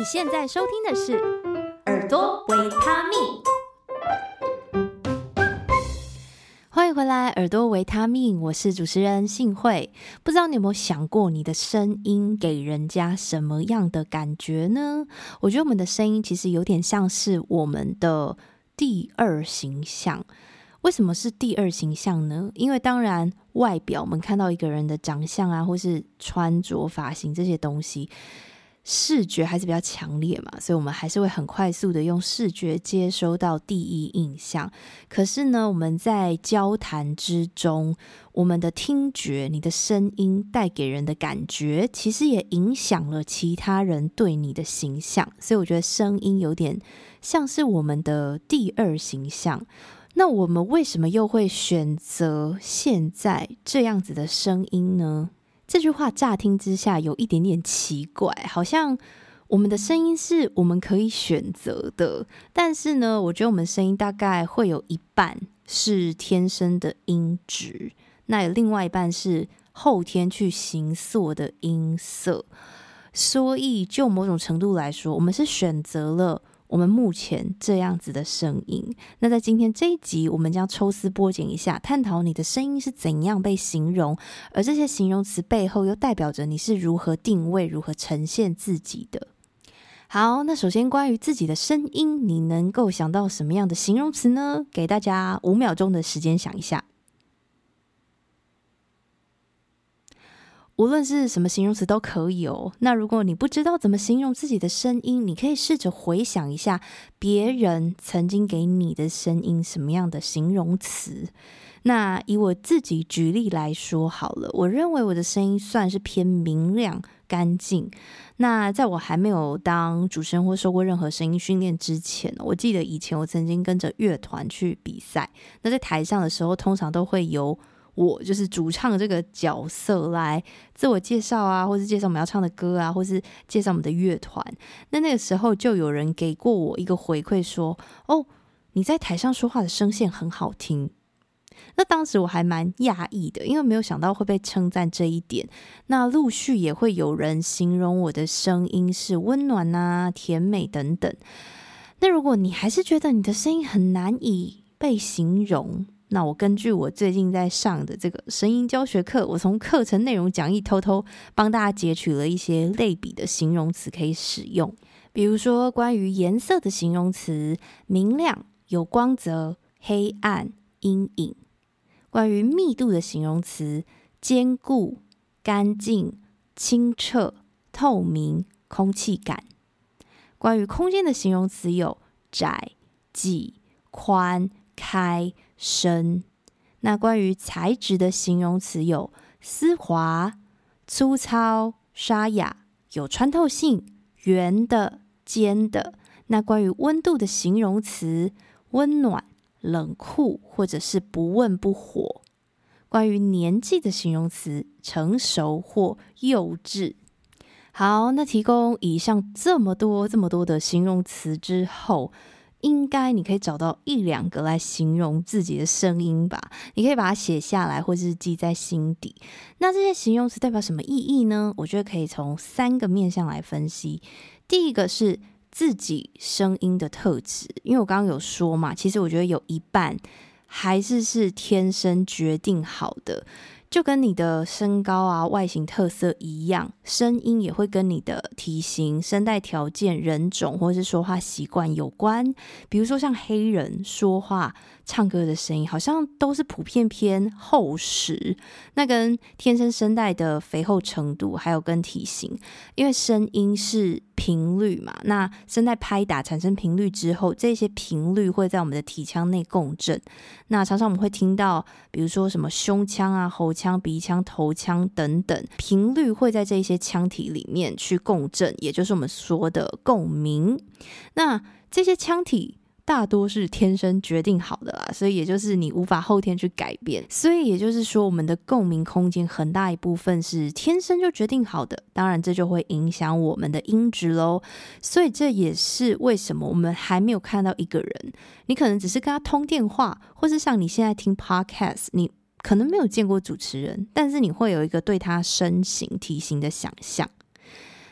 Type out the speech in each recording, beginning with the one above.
你现在收听的是耳朵维他命，欢迎回来耳朵维他命，我是主持人信慧。不知道你有没有想过，你的声音给人家什么样的感觉呢？我觉得我们的声音其实有点像是我们的第二形象。为什么是第二形象呢？因为当然外表我们看到一个人的长相啊，或是穿着发型这些东西，视觉还是比较强烈嘛，所以我们还是会很快速的用视觉接收到第一印象。可是呢，我们在交谈之中，我们的听觉，你的声音带给人的感觉，其实也影响了其他人对你的形象。所以我觉得声音有点像是我们的第二形象。那我们为什么又会选择现在这样子的声音呢？这句话乍听之下有一点点奇怪，好像我们的声音是我们可以选择的，但是呢，我觉得我们声音大概会有一半是天生的音质，那有另外一半是后天去形塑的音色。所以就某种程度来说，我们是选择了我们目前这样子的声音。那在今天这一集，我们将抽丝剥茧一下，探讨你的声音是怎样被形容，而这些形容词背后又代表着你是如何定位、如何呈现自己的。好，那首先关于自己的声音，你能够想到什么样的形容词呢？给大家5秒钟的时间想一下。无论是什么形容词都可以哦。那如果你不知道怎么形容自己的声音，你可以试着回想一下别人曾经给你的声音什么样的形容词。那以我自己举例来说好了，我认为我的声音算是偏明亮干净。那在我还没有当主持人或受过任何声音训练之前，我记得以前我曾经跟着乐团去比赛，那在台上的时候通常都会由我就是主唱这个角色来自我介绍啊，或是介绍我们要唱的歌啊，或是介绍我们的乐团。那个时候就有人给过我一个回馈说，哦，你在台上说话的声线很好听。那当时我还蛮讶异的，因为没有想到会被称赞这一点。那陆续也会有人形容我的声音是温暖啊、甜美等等。那如果你还是觉得你的声音很难以被形容，那我根据我最近在上的这个声音教学课，我从课程内容讲义偷偷帮大家截取了一些类比的形容词可以使用。比如说关于颜色的形容词，明亮、有光泽、黑暗、阴影。关于密度的形容词，坚固、干净、清澈、透明、空气感。关于空间的形容词有窄、挤、宽、开、深。那关于材质的形容词有丝滑、粗糙、沙哑、有穿透性、圆的、尖的。那关于温度的形容词，温暖、冷酷或者是不温不火。关于年纪的形容词，成熟或幼稚。好，那提供以上这么多的形容词之后，应该你可以找到1-2个来形容自己的声音吧。你可以把它写下来，或是记在心底。那这些形容词代表什么意义呢？我觉得可以从3个面向来分析。第一个是自己声音的特质，因为我刚刚有说嘛，其实我觉得有一半还是天生决定好的。就跟你的身高啊、外形特色一样，声音也会跟你的体型、声带条件、人种或是说话习惯有关。比如说像黑人说话、唱歌的声音好像都是普遍偏厚实，那跟天生声带的肥厚程度，还有跟体型，因为声音是频率嘛，那声带拍打产生频率之后，这些频率会在我们的体腔内共振。那常常我们会听到，比如说什么胸腔啊、喉腔、鼻腔、头腔等等，频率会在这些腔体里面去共振，也就是我们说的共鸣。那这些腔体大多是天生决定好的啦，所以也就是你无法后天去改变。所以也就是说，我们的共鸣空间很大一部分是天生就决定好的，当然这就会影响我们的音质咯。所以这也是为什么我们还没有看到一个人，你可能只是跟他通电话，或是像你现在听 podcast， 你可能没有见过主持人，但是你会有一个对他身形体型的想象。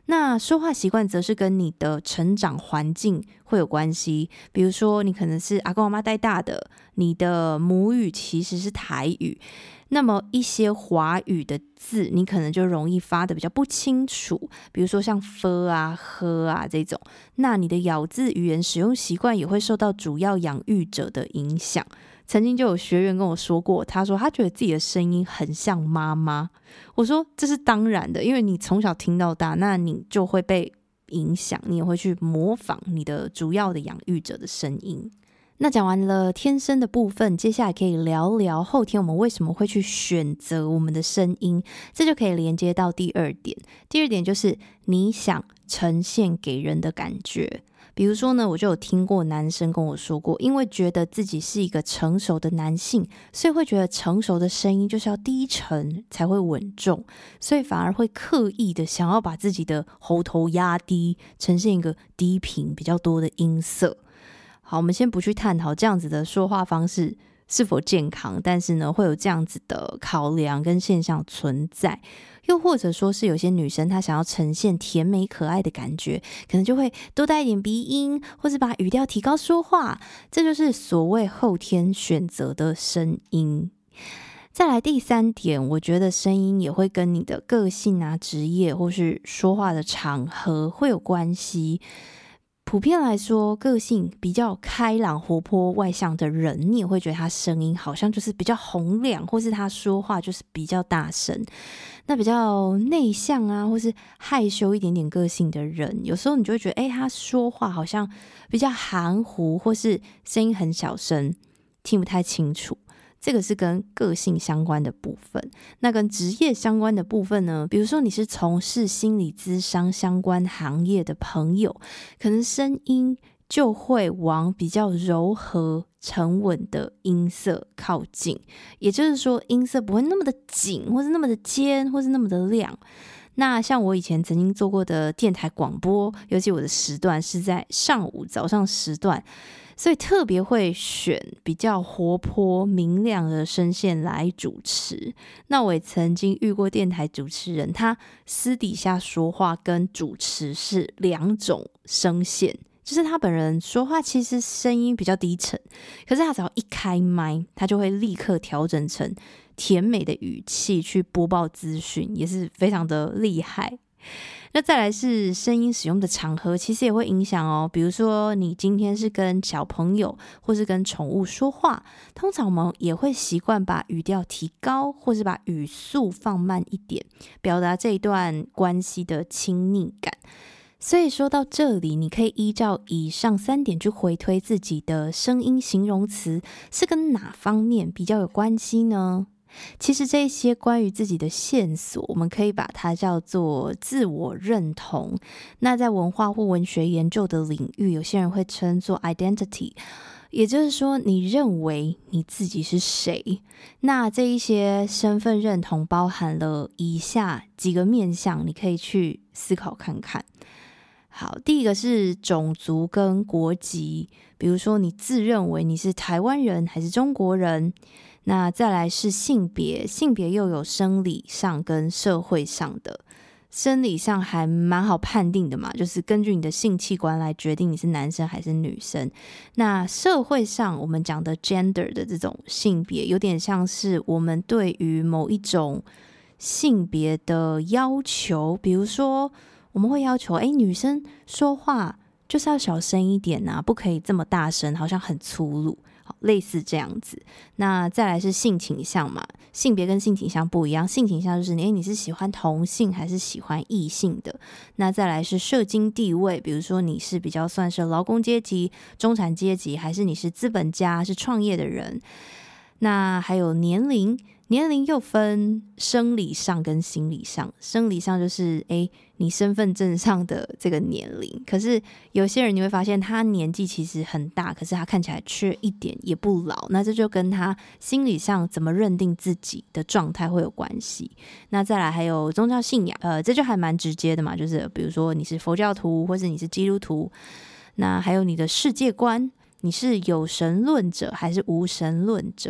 那说话习惯则是跟你的成长环境会有关系，比如说你可能是阿公阿妈带大的，你的母语其实是台语，那么一些华语的字你可能就容易发的比较不清楚，比如说像 f 啊、呵啊这种，那你的咬字语言使用习惯也会受到主要养育者的影响。曾经就有学员跟我说过，他说他觉得自己的声音很像妈妈。我说这是当然的，因为你从小听到大，那你就会被影响，你也会去模仿你的主要的养育者的声音。那讲完了天生的部分，接下来可以聊聊后天我们为什么会去选择我们的声音，这就可以连接到第二点。第二点就是你想呈现给人的感觉。比如说呢，我就有听过男生跟我说过，因为觉得自己是一个成熟的男性，所以会觉得成熟的声音就是要低沉才会稳重，所以反而会刻意的想要把自己的喉头压低，呈现一个低频比较多的音色。好，我们先不去探讨这样子的说话方式是否健康，但是呢，会有这样子的考量跟现象存在。又或者说是有些女生她想要呈现甜美可爱的感觉，可能就会多带一点鼻音，或是把语调提高说话，这就是所谓后天选择的声音。再来第三点，我觉得声音也会跟你的个性啊、职业或是说话的场合会有关系。普遍来说，个性比较开朗、活泼、外向的人，你也会觉得他声音好像就是比较洪亮，或是他说话就是比较大声。那比较内向啊，或是害羞一点点个性的人，有时候你就会觉得，他说话好像比较含糊，或是声音很小声，听不太清楚。这个是跟个性相关的部分。那跟职业相关的部分呢，比如说你是从事心理咨商相关行业的朋友，可能声音就会往比较柔和沉稳的音色靠近，也就是说音色不会那么的紧，或是那么的尖，或是那么的亮。那像我以前曾经做过的电台广播，尤其我的时段是在上午早上时段，所以特别会选比较活泼明亮的声线来主持。那我也曾经遇过电台主持人，他私底下说话跟主持是两种声线，就是他本人说话其实声音比较低沉，可是他只要一开麦，他就会立刻调整成甜美的语气去播报资讯，也是非常的厉害。那再来是声音使用的场合，其实也会影响哦。比如说你今天是跟小朋友或是跟宠物说话，通常我们也会习惯把语调提高，或是把语速放慢一点，表达这一段关系的亲昵感。所以说到这里，你可以依照以上3点去回推自己的声音形容词是跟哪方面比较有关系呢？其实这些关于自己的线索，我们可以把它叫做自我认同。那在文化或文学研究的领域，有些人会称作 identity， 也就是说你认为你自己是谁。那这一些身份认同包含了以下几个面向，你可以去思考看看。好，第一个是种族跟国籍，比如说你自认为你是台湾人还是中国人。那再来是性别，性别又有生理上跟社会上的。生理上还蛮好判定的嘛，就是根据你的性器官来决定你是男生还是女生。那社会上我们讲的 gender 的这种性别，有点像是我们对于某一种性别的要求，比如说我们会要求女生说话就是要小声一点啊，不可以这么大声，好像很粗鲁，类似这样子。那再来是性倾向嘛，性别跟性倾向不一样，性倾向就是你是喜欢同性还是喜欢异性的。那再来是社经地位，比如说你是比较算是劳工阶级、中产阶级，还是你是资本家，是创业的人。那还有年龄，年龄又分生理上跟心理上。生理上就是你身份证上的这个年龄，可是有些人你会发现他年纪其实很大，可是他看起来却一点也不老，那这就跟他心理上怎么认定自己的状态会有关系。那再来还有宗教信仰，这就还蛮直接的嘛，就是比如说你是佛教徒或是你是基督徒。那还有你的世界观，你是有神论者还是无神论者。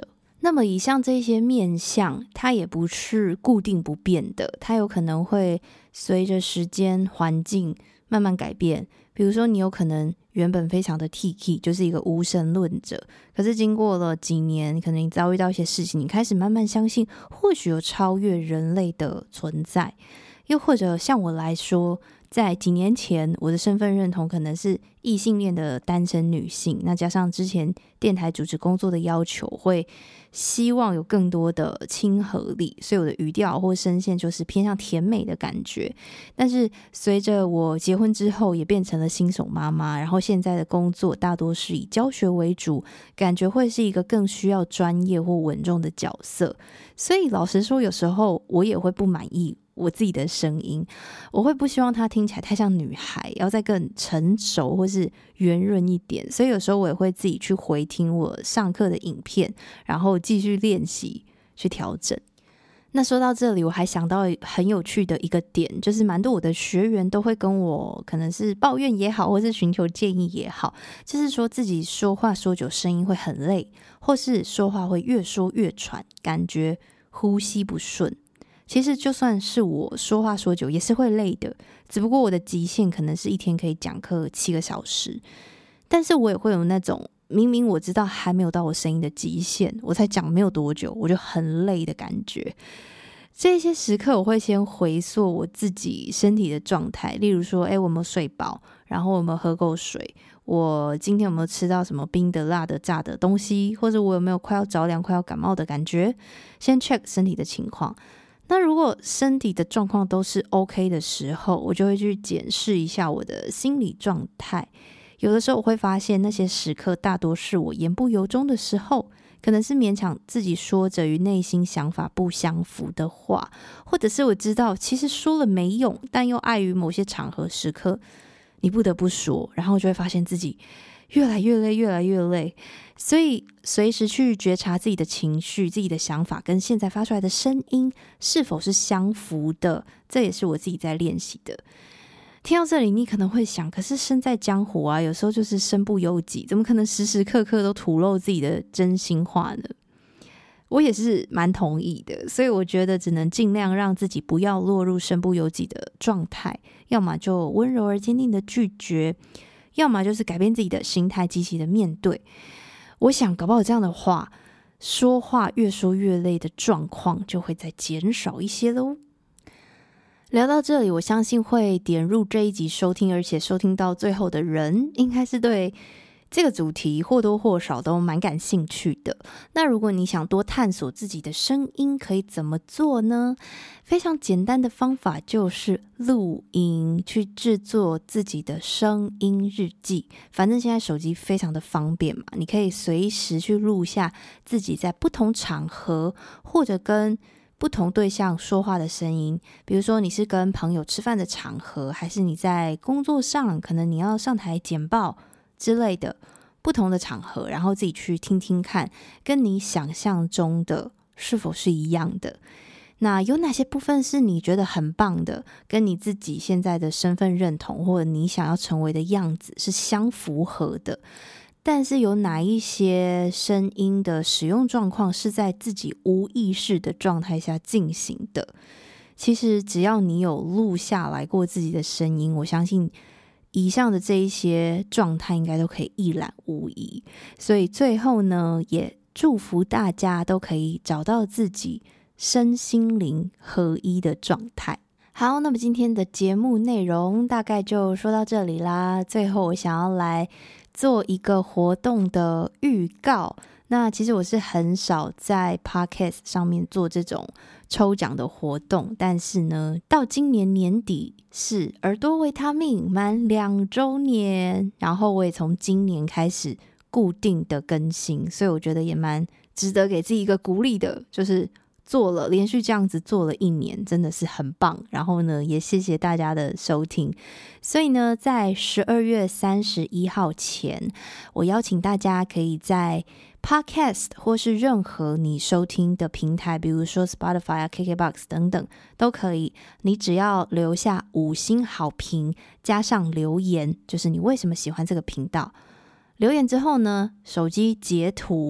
那么以上这些面向，它也不是固定不变的，它有可能会随着时间环境慢慢改变。比如说你有可能原本非常的 T-K， 就是一个无神论者，可是经过了几年，可能你遭遇到一些事情，你开始慢慢相信或许有超越人类的存在。又或者像我来说，在几年前我的身份认同可能是异性恋的单身女性，那加上之前电台主持工作的要求，会希望有更多的亲和力，所以我的语调或声线就是偏向甜美的感觉。但是随着我结婚之后也变成了新手妈妈，然后现在的工作大多是以教学为主，感觉会是一个更需要专业或稳重的角色。所以老实说，有时候我也会不满意我自己的声音，我会不希望它听起来太像女孩，要再更成熟或是圆润一点。所以有时候我也会自己去回听我上课的影片，然后继续练习去调整。那说到这里，我还想到很有趣的一个点，就是蛮多我的学员都会跟我可能是抱怨也好，或是寻求建议也好，就是说自己说话说久声音会很累，或是说话会越说越喘，感觉呼吸不顺。其实就算是我说话说久也是会累的，只不过我的极限可能是一天可以讲课7个小时，但是我也会有那种明明我知道还没有到我声音的极限，我才讲没有多久我就很累的感觉。这些时刻我会先回溯我自己身体的状态，例如说我有没有睡饱，然后我有没有喝够水，我今天有没有吃到什么冰的辣的炸的东西，或者我有没有快要着凉快要感冒的感觉，先 check 身体的情况。那如果身体的状况都是 OK 的时候，我就会去检视一下我的心理状态。有的时候我会发现那些时刻大多是我言不由衷的时候，可能是勉强自己说着与内心想法不相符的话，或者是我知道其实说了没用，但又碍于某些场合时刻你不得不说，然后就会发现自己越来越累越来越累。所以随时去觉察自己的情绪，自己的想法跟现在发出来的声音是否是相符的，这也是我自己在练习的。听到这里你可能会想，可是身在江湖啊，有时候就是身不由己，怎么可能时时刻刻都吐露自己的真心话呢？我也是蛮同意的，所以我觉得只能尽量让自己不要落入身不由己的状态，要么就温柔而坚定的拒绝，要么就是改变自己的心态，积极的面对。我想搞不好这样的话，说话越说越累的状况就会再减少一些咯。聊到这里，我相信会点入这一集收听，而且收听到最后的人，应该是对这个主题或多或少都蛮感兴趣的。那如果你想多探索自己的声音，可以怎么做呢？非常简单的方法就是录音，去制作自己的声音日记。反正现在手机非常的方便嘛，你可以随时去录下自己在不同场合或者跟不同对象说话的声音。比如说你是跟朋友吃饭的场合，还是你在工作上，可能你要上台简报之类的不同的场合，然后自己去听听看，跟你想象中的是否是一样的。那有哪些部分是你觉得很棒的，跟你自己现在的身份认同或者你想要成为的样子是相符合的？但是有哪一些声音的使用状况是在自己无意识的状态下进行的？其实只要你有录下来过自己的声音，我相信以上的这一些状态应该都可以一览无遗。所以最后呢，也祝福大家都可以找到自己身心灵合一的状态。好，那么今天的节目内容大概就说到这里啦。最后我想要来做一个活动的预告。那其实我是很少在 Podcast 上面做这种抽奖的活动，但是呢，到今年年底是耳朵维他命满2周年，然后我也从今年开始固定的更新，所以我觉得也蛮值得给自己一个鼓励的，就是连续这样子做了1年，真的是很棒。然后呢，也谢谢大家的收听。所以呢，在12月31号前，我邀请大家可以在 Podcast 或是任何你收听的平台，比如说 Spotify 啊、KKBOX 等等都可以，你只要留下5星好评，加上留言，就是你为什么喜欢这个频道。留言之后呢，手机截图，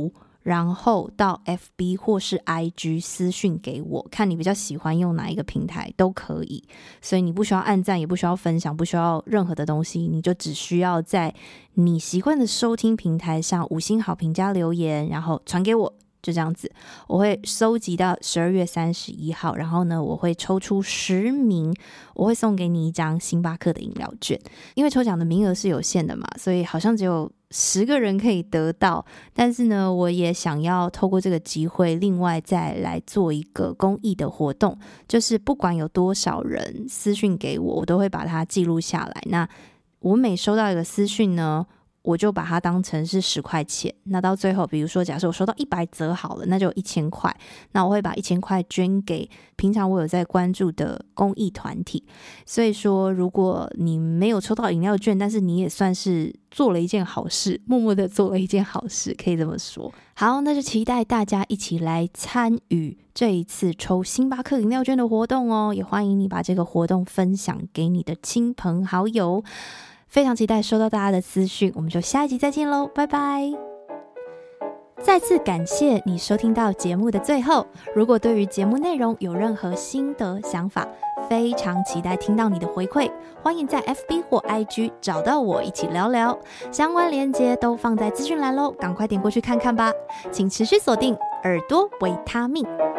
然后到 FB 或是 IG 私讯给我，看你比较喜欢用哪一个平台都可以。所以你不需要按赞，也不需要分享，不需要任何的东西，你就只需要在你习惯的收听平台上5星好评加留言，然后传给我，就这样子。我会收集到12月31号，然后呢，我会抽出10名，我会送给你一张星巴克的饮料券。因为抽奖的名额是有限的嘛，所以好像只有10个人可以得到。但是呢，我也想要透过这个机会，另外再来做一个公益的活动，就是不管有多少人私讯给我，我都会把它记录下来。那我每收到一个私讯呢，我就把它当成是10块钱，那到最后比如说假设我收到100则好了，那就有1000块，那我会把1000块捐给平常我有在关注的公益团体。所以说如果你没有抽到饮料券，但是你也算是做了一件好事，默默的做了一件好事，可以这么说。好，那就期待大家一起来参与这一次抽星巴克饮料券的活动哦，也欢迎你把这个活动分享给你的亲朋好友。非常期待收到大家的私讯，我们就下一集再见咯，拜拜。再次感谢你收听到节目的最后，如果对于节目内容有任何心得想法，非常期待听到你的回馈，欢迎在 FB 或 IG 找到我一起聊聊，相关连结都放在资讯栏咯，赶快点过去看看吧。请持续锁定耳朵维他命。